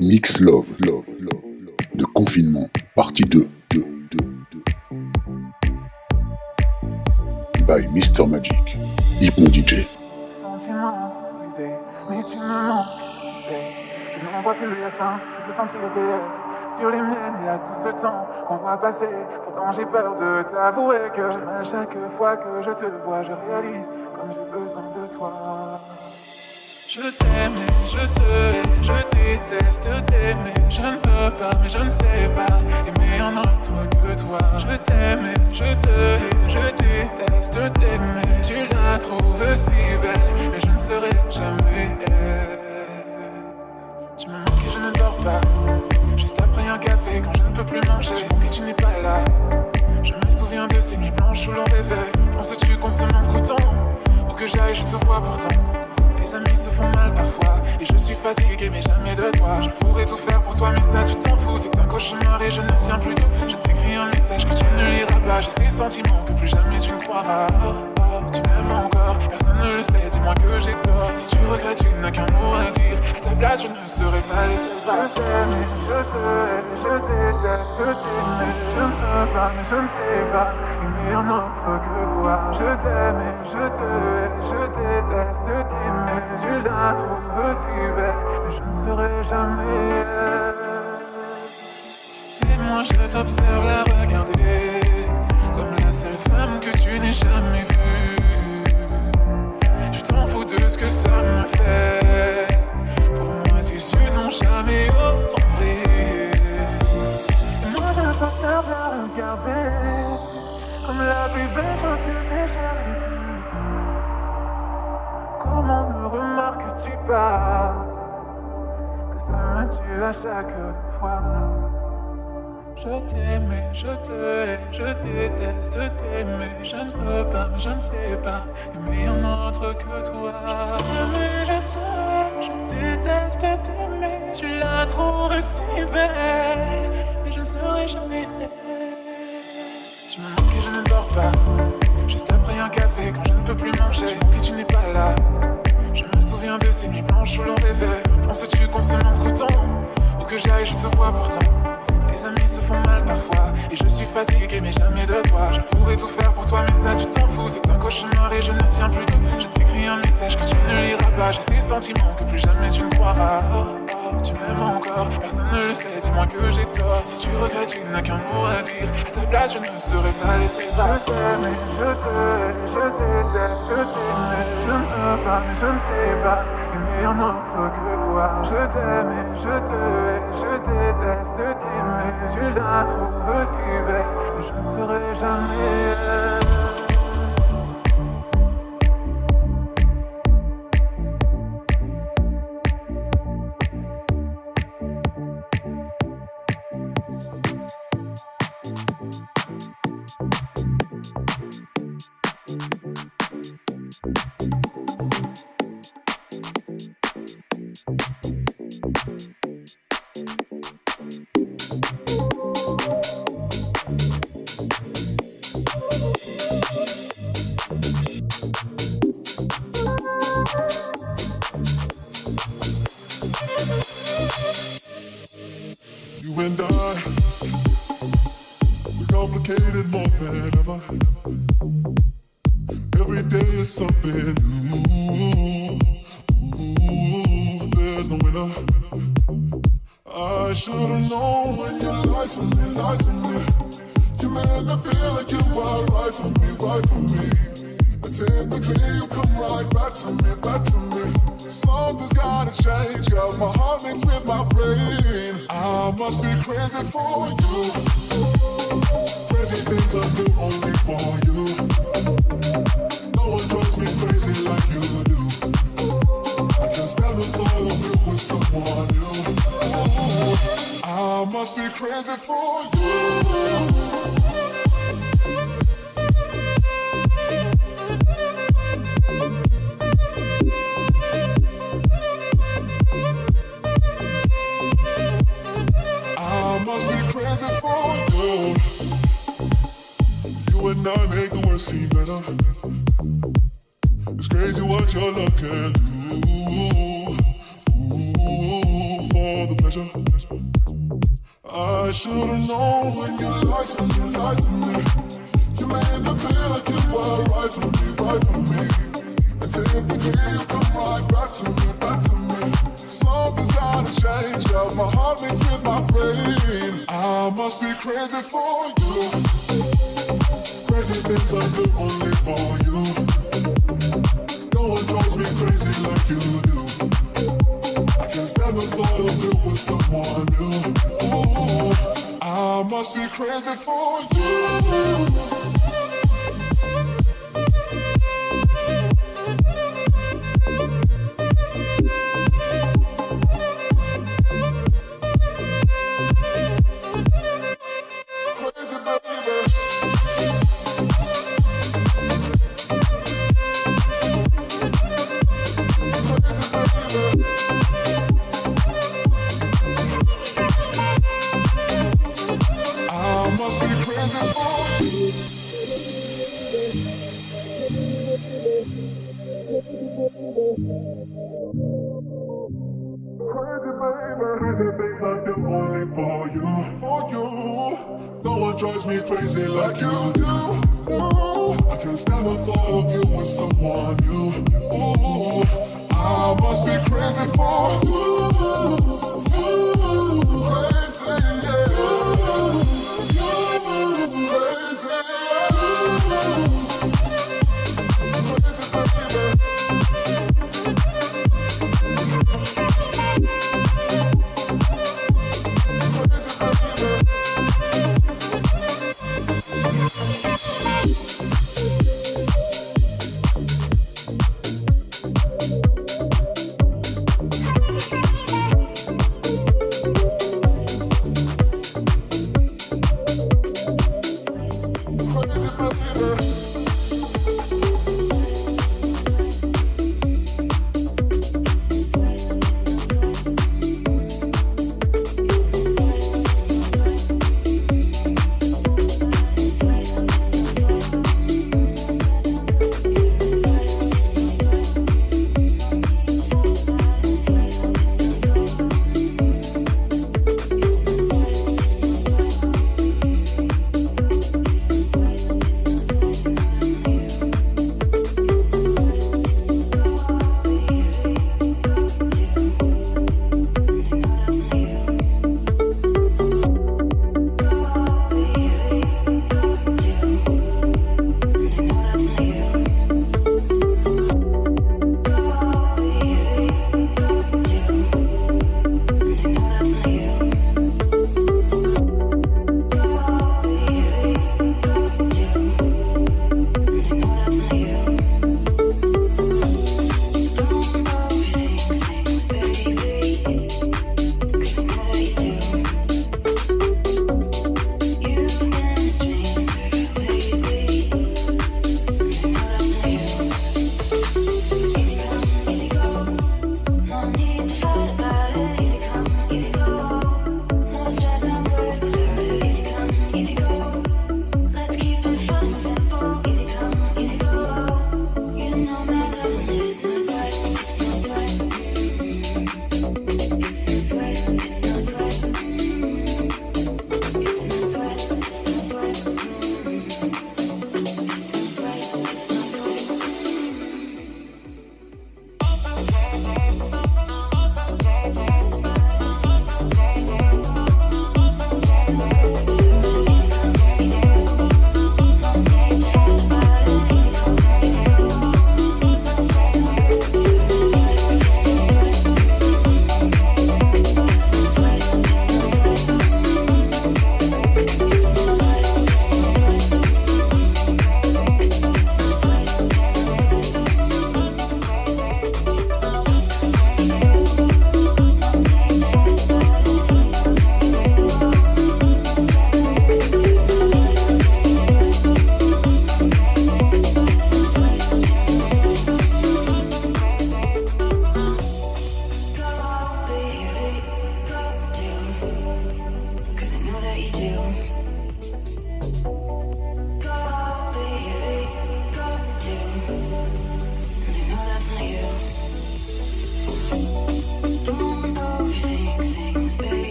Mix Love, de confinement, partie 2, by Mr Magic, Hypno DJ. Sentiment brisé, mais tu me manques, tu sais. Je n'en vois plus la fin, je peux sentir tes lèvres sur les miennes. Il y a tout ce temps qu'on voit passer. Pourtant j'ai peur de t'avouer que à chaque fois que je te vois, je réalise comme j'ai besoin de toi. Je t'aime et je te hais, je déteste t'aimer. Je ne veux pas, mais je ne sais pas aimer un autre que toi. Je t'aime et je te hais, je déteste t'aimer. Tu la trouves si belle, mais je ne serai jamais elle. Tu me manques et je ne dors pas. Juste après un café, quand je ne peux plus manger, je manque et tu n'es pas là. Je me souviens de ces nuits blanches où l'on rêvait. Penses-tu qu'on se manque autant? Où que j'aille, je te vois pourtant. Les amis se font mal parfois et je suis fatigué mais jamais de toi. Je pourrais tout faire pour toi mais ça tu t'en fous. C'est un cauchemar et je ne tiens plus tout. Je t'écris un message que tu ne liras pas. J'ai ces sentiments que plus jamais tu ne croiras. Tu m'aimes encore, personne ne le sait. Dis-moi que j'ai tort. Si tu regrettes tu n'as qu'un mot à dire. À ta place je ne serais pas laissé pas. Je t'aime et je te hais, je déteste t'aimer. Je ne veux pas mais je ne sais pas aimer un autre que toi. Je t'aime et je te hais, je déteste t'aimer. Tu la trouves si belle, mais je ne serai jamais elle. Et moi je t'observe la regarder, comme la seule femme que tu n'aies jamais vue. Tu t'en fous de ce que ça me fait. Pour moi tes yeux n'ont jamais autant brillé. Et moi je t'observe la regarder, comme la plus belle chose que t'aies jamais vue. Comment ne remarques-tu pas que ça me tue à chaque fois? Je t'aime et je te hais, je déteste t'aimer. Je ne veux pas, mais je ne sais pas aimer un autre que toi. Je t'aime et je te hais, je déteste t'aimer. Tu la trouves si belle, mais je ne serai jamais elle. Je me manque et je ne dors pas. Juste après un café, quand je ne peux plus manger, je manque et tu n'es pas là. Je me souviens de ces nuits blanches où l'on rêvait. Penses-tu qu'on se manque autant? Où que j'aille, je te vois pourtant. Les amis se font mal parfois et je suis fatigué mais jamais de toi. Je pourrais tout faire pour toi mais ça tu t'en fous. C'est un cauchemar et je ne tiens plus tout. Je t'écris un message que tu ne liras pas. J'ai ces sentiments que plus jamais tu ne croiras. Tu m'aimes encore, personne ne le sait. Dis-moi que j'ai tort. Si tu regrettes tu n'as qu'un mot à dire. À ta place je ne serais pas laissé pas. Je t'aime et je te hais, je déteste t'aimer. Je ne veux pas mais je ne sais pas aimer un autre que toi. Je t'aime et je te hais, je déteste t'aimer. Tu la trouves si belle, mais je ne serai jamais elle. You and I, we're complicated more than ever. Every day is something new. Ooh, there's no winner. I should've known when you lied to me, lied to me. You made me feel like you were right for me, right for me. But typically you come right back to me, back to me. Something's gotta change, girl. My heart mixed with my brain. I must be crazy for you. Crazy things I do only for you. No one drives me crazy like you do. I can't stand the thought of you with someone new. I must be crazy for you. Crazy for you. You and I make the world seem better. It's crazy what your love can do. Ooh, for the pleasure. I should've known when you lied to me, lied to me. You made me feel like you were right for me, right for me. And typically you come right back to me, back to me. Something's gotta change, yeah. My heart beats with my brain. I must be crazy for you. Crazy things I do only for you. No one drives me crazy like you do. I can't stand the thought of you with someone new. Ooh, I must be crazy for you. Drives me crazy like you do. No, I can't stand the thought of you with someone new. Ooh, I must be crazy for you. Crazy, yeah. Crazy, yeah. Crazy, baby. Crazy, baby.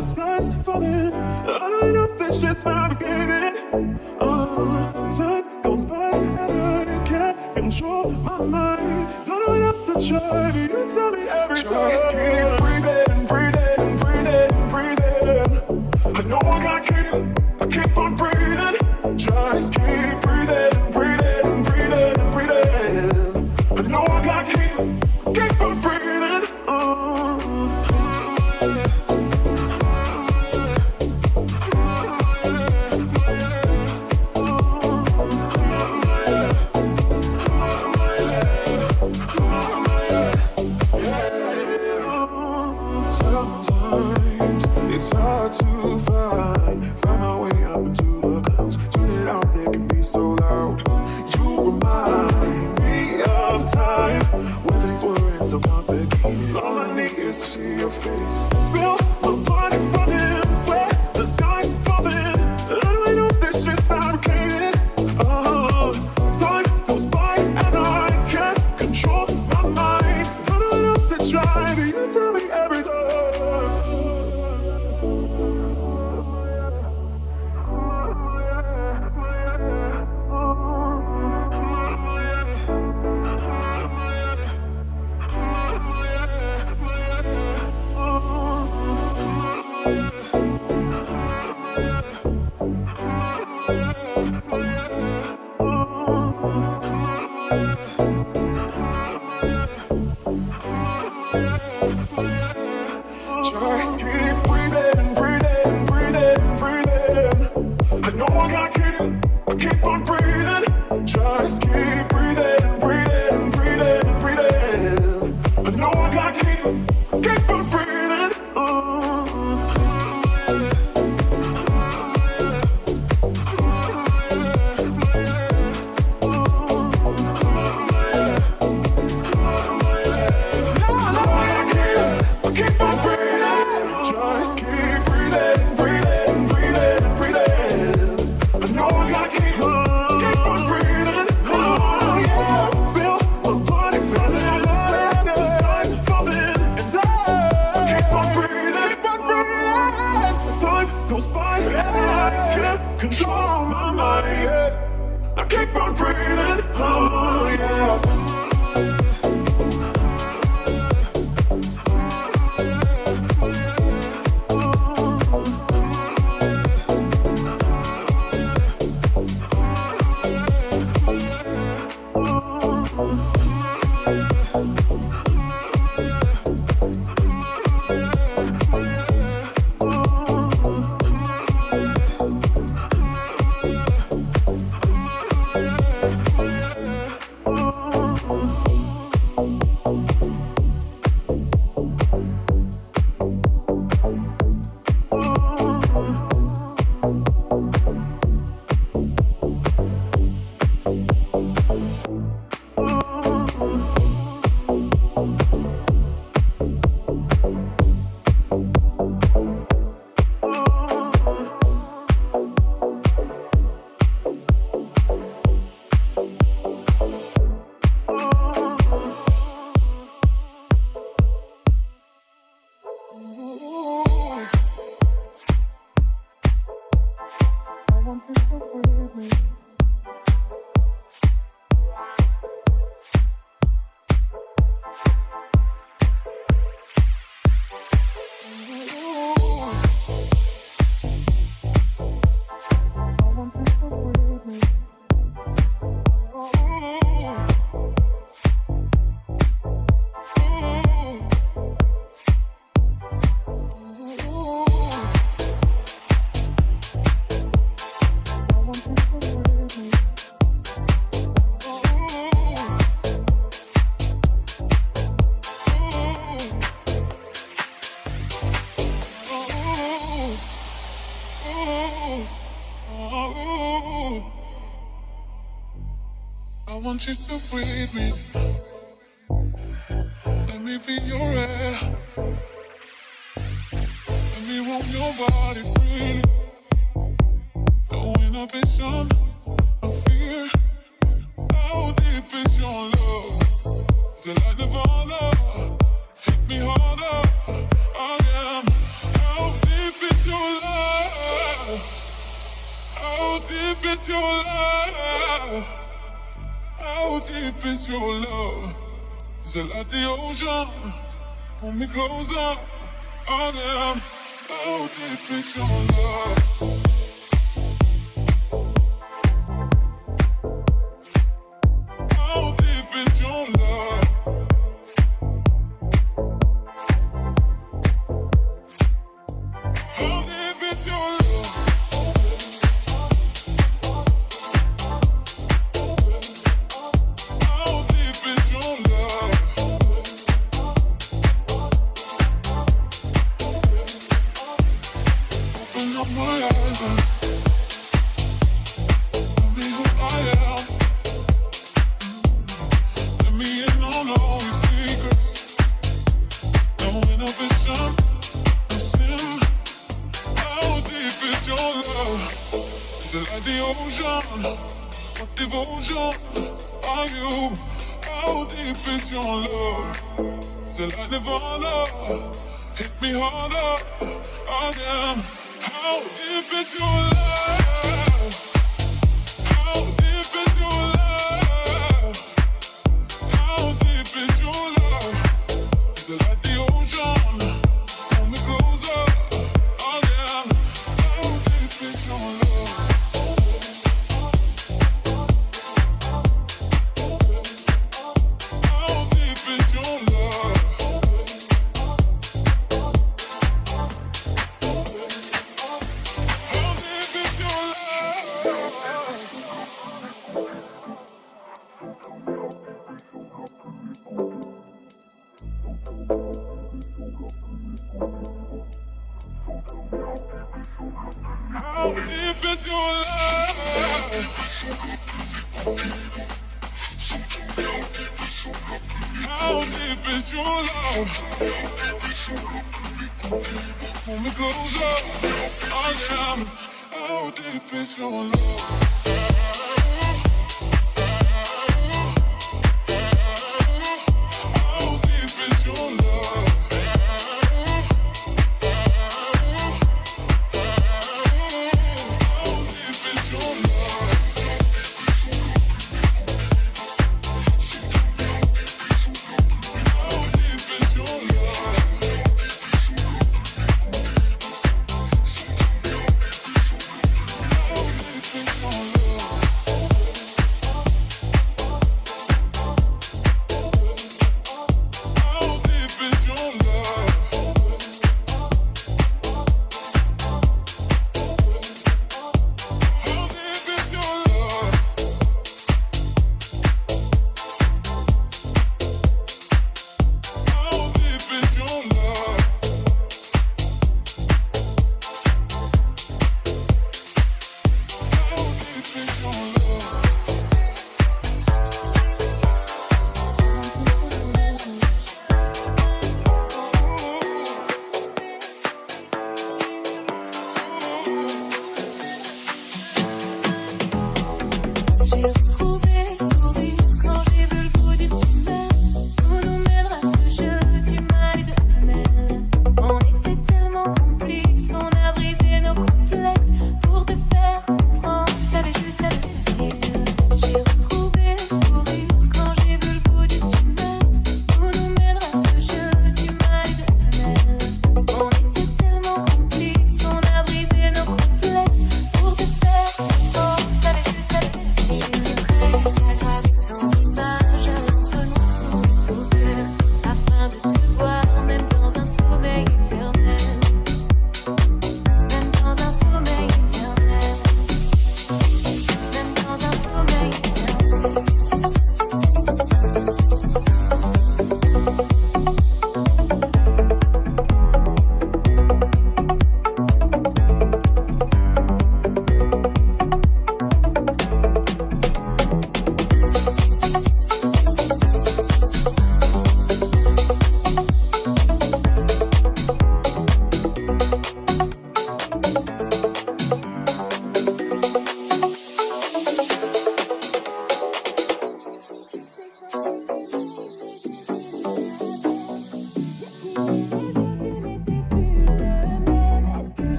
the sky's falling. I don't know if this shit's fabricated. Time goes by and I can't control my mind. Don't know what else to try, but you tell me every time. Just keep breathing, breathing, breathing, breathing. I know I gotta keep on breathing. Just keep breathing, breathing, breathing, breathing. I know I gotta keep on breathing. Sometimes it's hard to find my way up into the clouds. Tune it out, they can be so loud. You remind me of time when things weren't so complicated. All I need is to see your face. Feel my body running, sweat, the sky's falling. I know this shit's fabricated. Time goes by and I can't control my mind. Don't know what else to try, but you tell me every time. Just keep breathing, breathing, breathing, breathing. I know I gotta keep on breathing. Just keep breathing, breathing, breathing, breathing. I know I gotta keep on breathing. Goes by and I can't control my mind. I keep on breathing, oh yeah. I want you to breathe me. Let me be your air. Let me roam your body freely. No inhibition, no fear. How deep is your love? Is it like Nirvana? Hit me harder. I am. How deep is your love? How deep is your love? Is it like the ocean? Pull me closer. Oh damn, how deep is your love? How deep is your love? How deep is your love? How deep is your love? Open up my eyes and tell me who I am. Let me in on all your secrets. No inhibition, no sin. How deep is your love? Is it like the ocean? What devotion are you? How deep is your love? Is it like Nirvana? Hit me harder. Oh damn. How deep is your love? How deep is your love? How deep is your love? Is it like the ocean? Pull me closer. Oh damn. How deep is your love? How deep is your love? How deep is your love? How deep is your love? How deep is your love? Pull me closer. Oh damn. How deep is your love? How deep is your love? How deep is your love? How deep is your love? How deep is your love? How deep is your love? How deep is your love? How deep is your love? How deep is your love? J'ai retrouvé le sourire quand j'ai vu le bout du tunnel. Où nous mènera ce jeu du mal et de la femelle? On était tellement complices, on a brisé nos complexes. Pour te faire comprendre, t'avais juste à lever le ciel. J'ai retrouvé le sourire quand j'ai vu le bout du tunnel. Où nous mènera ce jeu du mal et de la femelle? On était tellement complices, on a brisé nos complexes. Pour te faire comprendre, t'avais juste à lever le ciel. J'étais prête à graver ton image entre nos cœurs, afin de te voir même dans un sommeil éternel. Même dans un sommeil éternel. Même dans un sommeil éternel.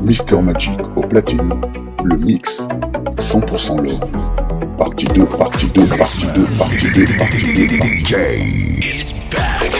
Mr Magic au platine, le mix 100% love. Partie 2, partie 2, partie 2, partie 2, partie 2, DJ is back.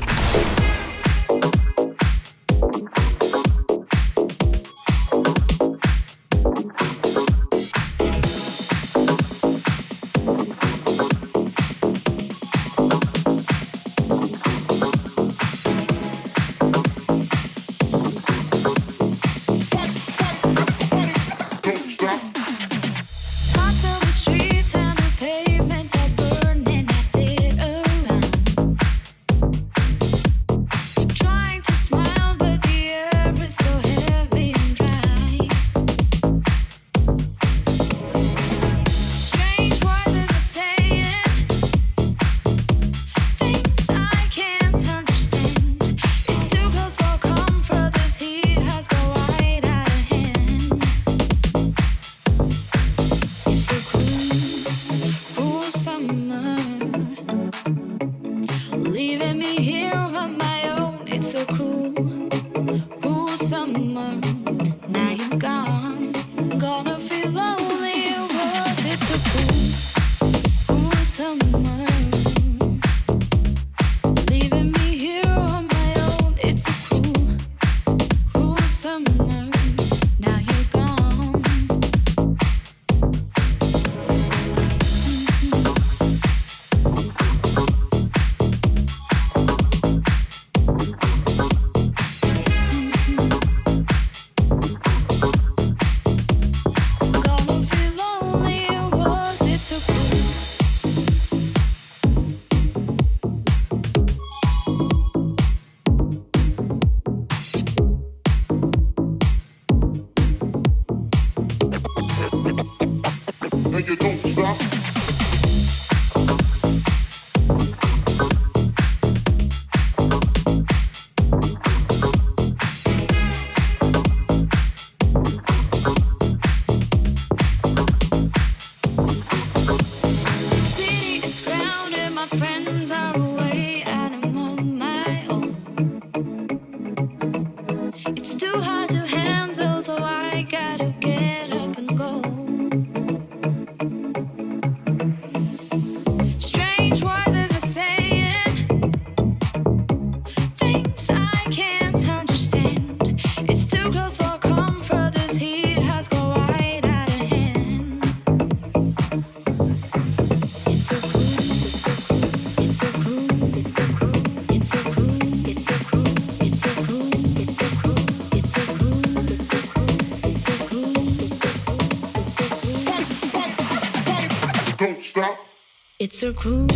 It's a cruel,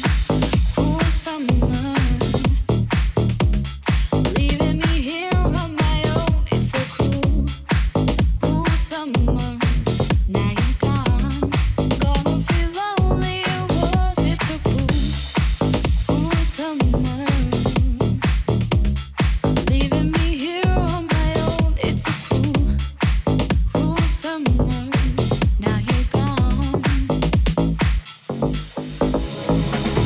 cruel summer. Leaving me here on my own. It's a cruel, cruel summer. Now you're gone, gonna feel lonely. It was. It's a cruel, cruel summer. Leaving me here on my own. It's a cruel, cruel summer. Now you're gone.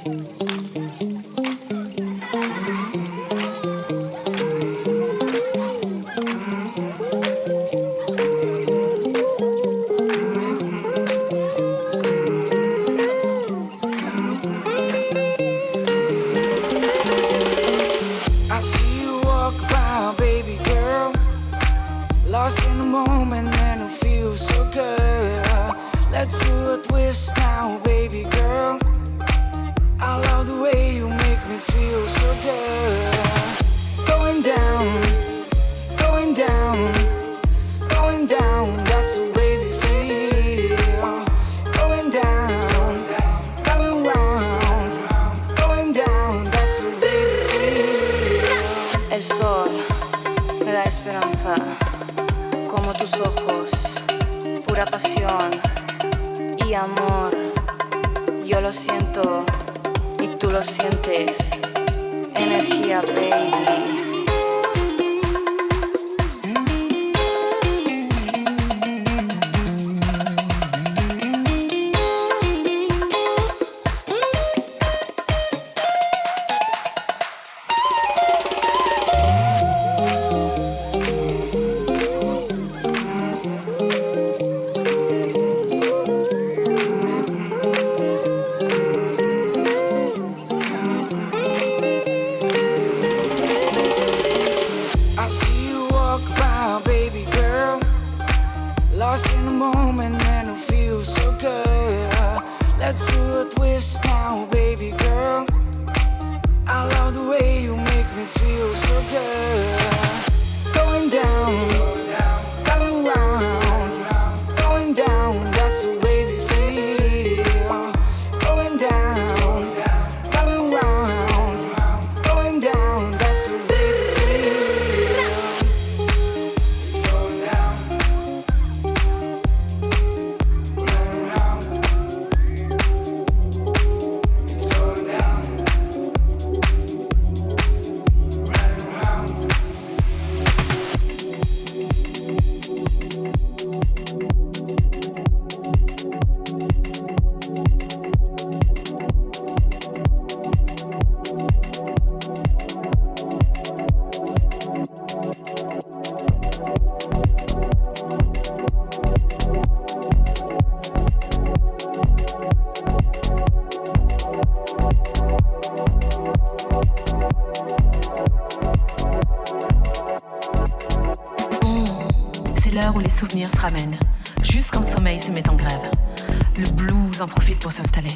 souvenirs se ramènent, juste quand le sommeil se met en grève. Le blues en profite pour s'installer.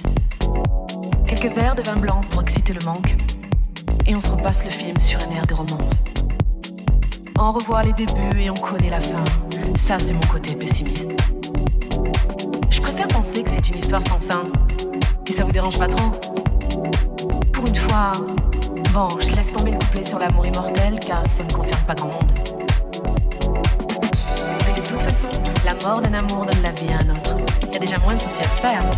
Quelques verres de vin blanc pour exciter le manque, et on se repasse le film sur un air de romance. On revoit les débuts et on connaît la fin. Ça, c'est mon côté pessimiste. Je préfère penser que c'est une histoire sans fin, si ça vous dérange pas trop. Pour une fois, bon, je laisse tomber le couplet sur l'amour immortel, car ça ne concerne pas grand monde. Mais de toute façon, la mort d'un amour donne la vie à un autre. Il y a déjà moins de soucis à se faire.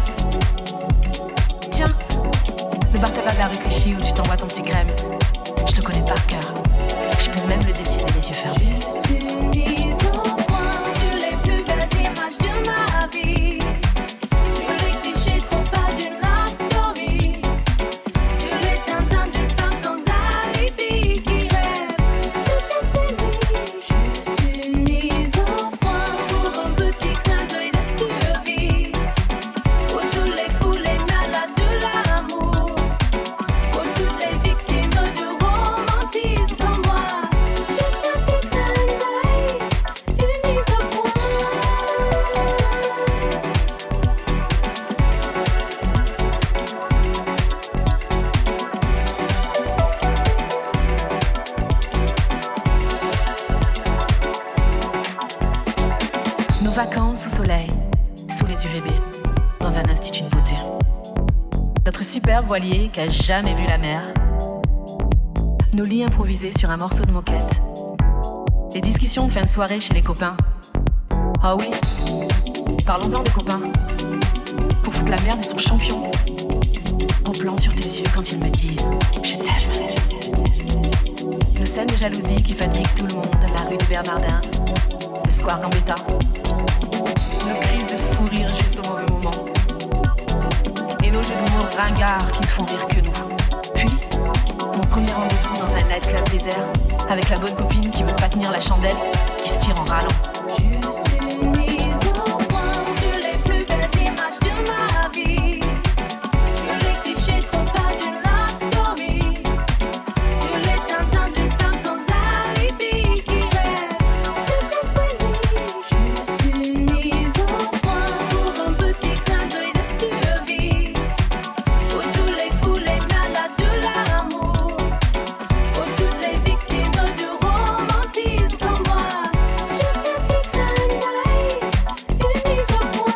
Tiens, le bar tabac de la rue Clichy où tu t'envoies ton petit crème, je te connais par cœur. Je peux même le dessiner les yeux fermés. Je suis mise au point sur les plus belles images de ma vie, sur les clichés trop bas d'une love story, sur les tintins d'une femme sans alibi qui rêve tout essayer. Je suis mise au point pour un petit clin d'œil de survie, pour tous les fous, les malades de l'amour, pour toutes les victimes de romantisme comme moi. Vacances au soleil, sous les UVB, dans un institut de beauté. Notre superbe voilier qui a jamais vu la mer. Nos lits improvisés sur un morceau de moquette. Les discussions de fin de soirée chez les copains. Ah oui, parlons-en des copains. Pour foutre la merde, ils sont champions. Au plan sur tes yeux quand ils me disent « Je t'aime ». Nos scènes de jalousie qui fatiguent tout le monde, la rue des Bernardins, le square Gambetta. Nos crises de fou rire juste au mauvais moment. Et nos jeux de mots ringards qui ne font rire que nous. Puis, mon premier rendez-vous dans un nightclub désert, avec la bonne copine qui veut pas tenir la chandelle, qui se tire en râlant. Je suis mise au point sur les plus belles images de ma vie, sur les clichés trop pas d'une love story, sur les tintins d'une femme sans alibi qui rêve de décennies. Je suis mise au point pour un petit clin d'œil de survie, pour tous les fous, les malades de l'amour, pour toutes les victimes du romantisme comme moi. Juste un petit clin d'œil, une mise au point.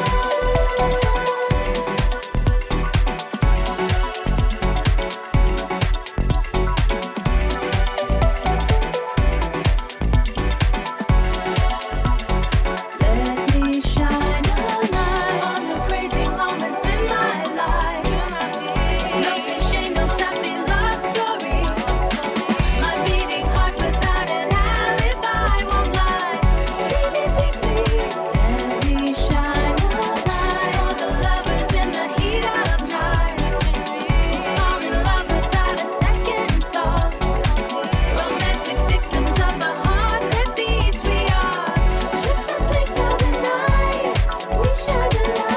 Let me shine a light on the crazy moments in my life. No cliché, no sappy love story. My beating heart without an alibi won't lie. Deeply, let me shine a light for the lovers in the heat of night, who fall in love without a second thought. Romantic victims of the heart that beats. We are just the blink of an eye. We shine a light.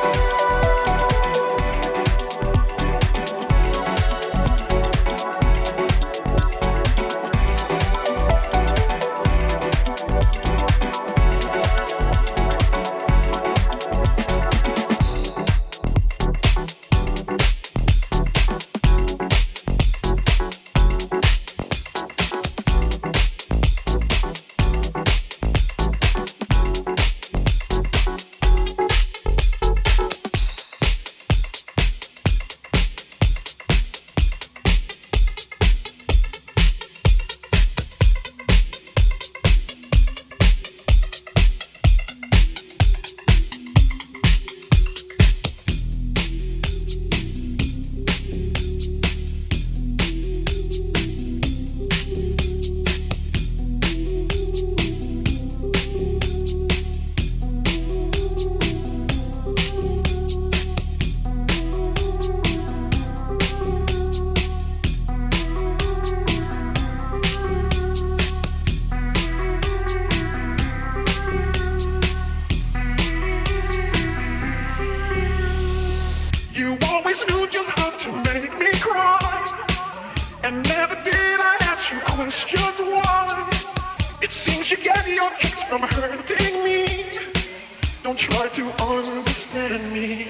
You always knew just how to make me cry, and never did I ask you questions why. It seems you get your kicks from hurting me. Don't try to understand me.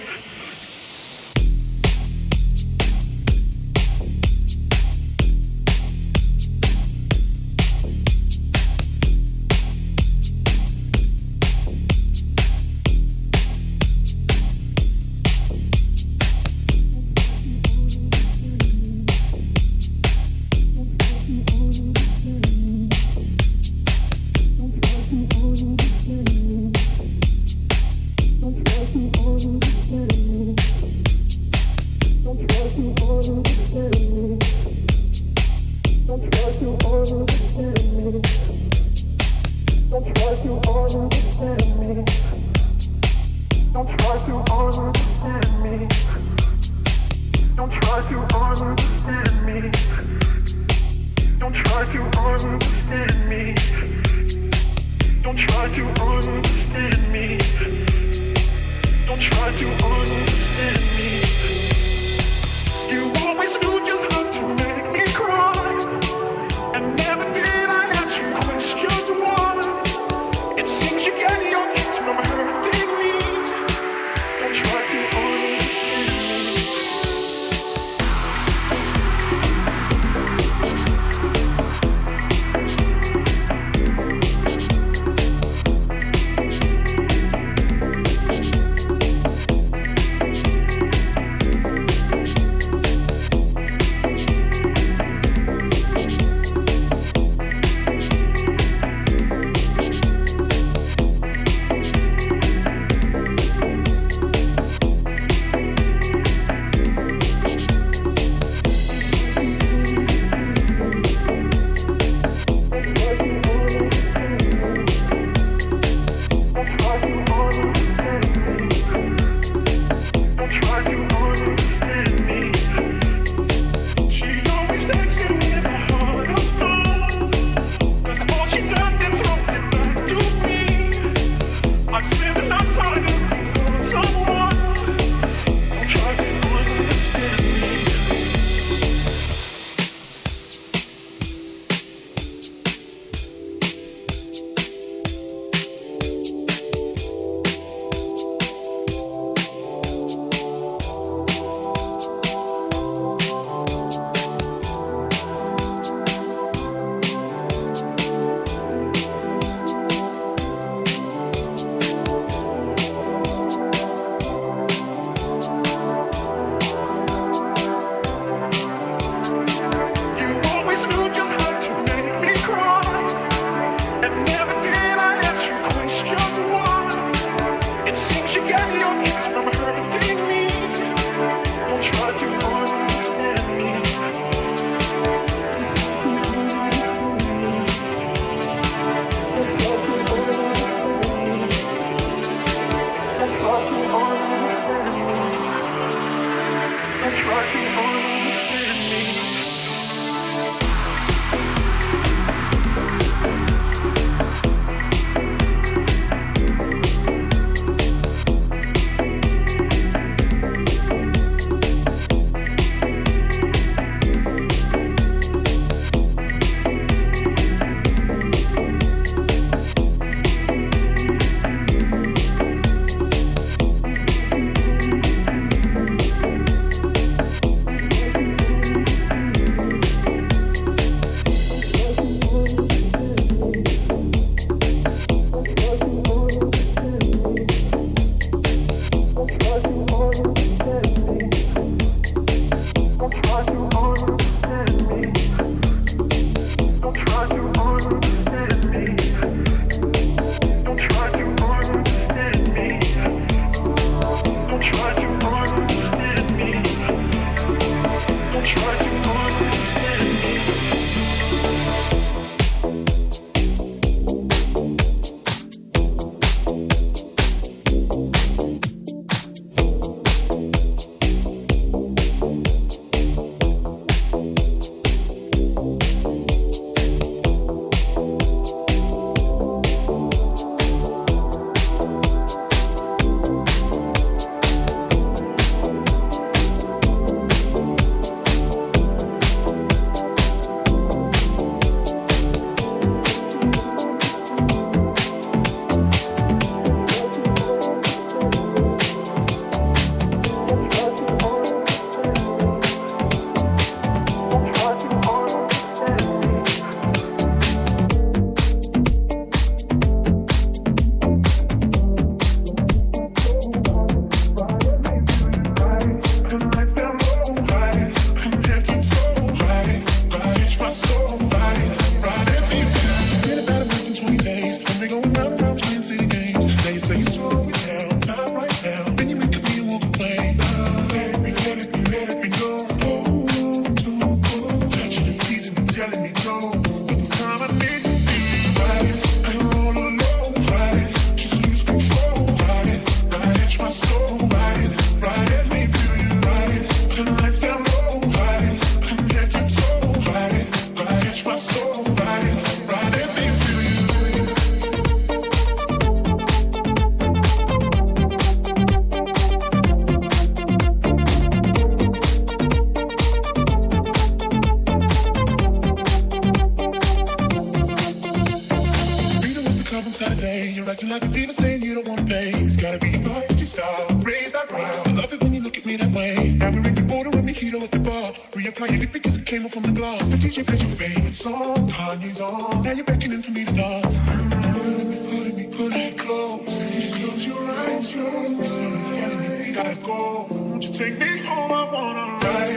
Take me home, I wanna ride.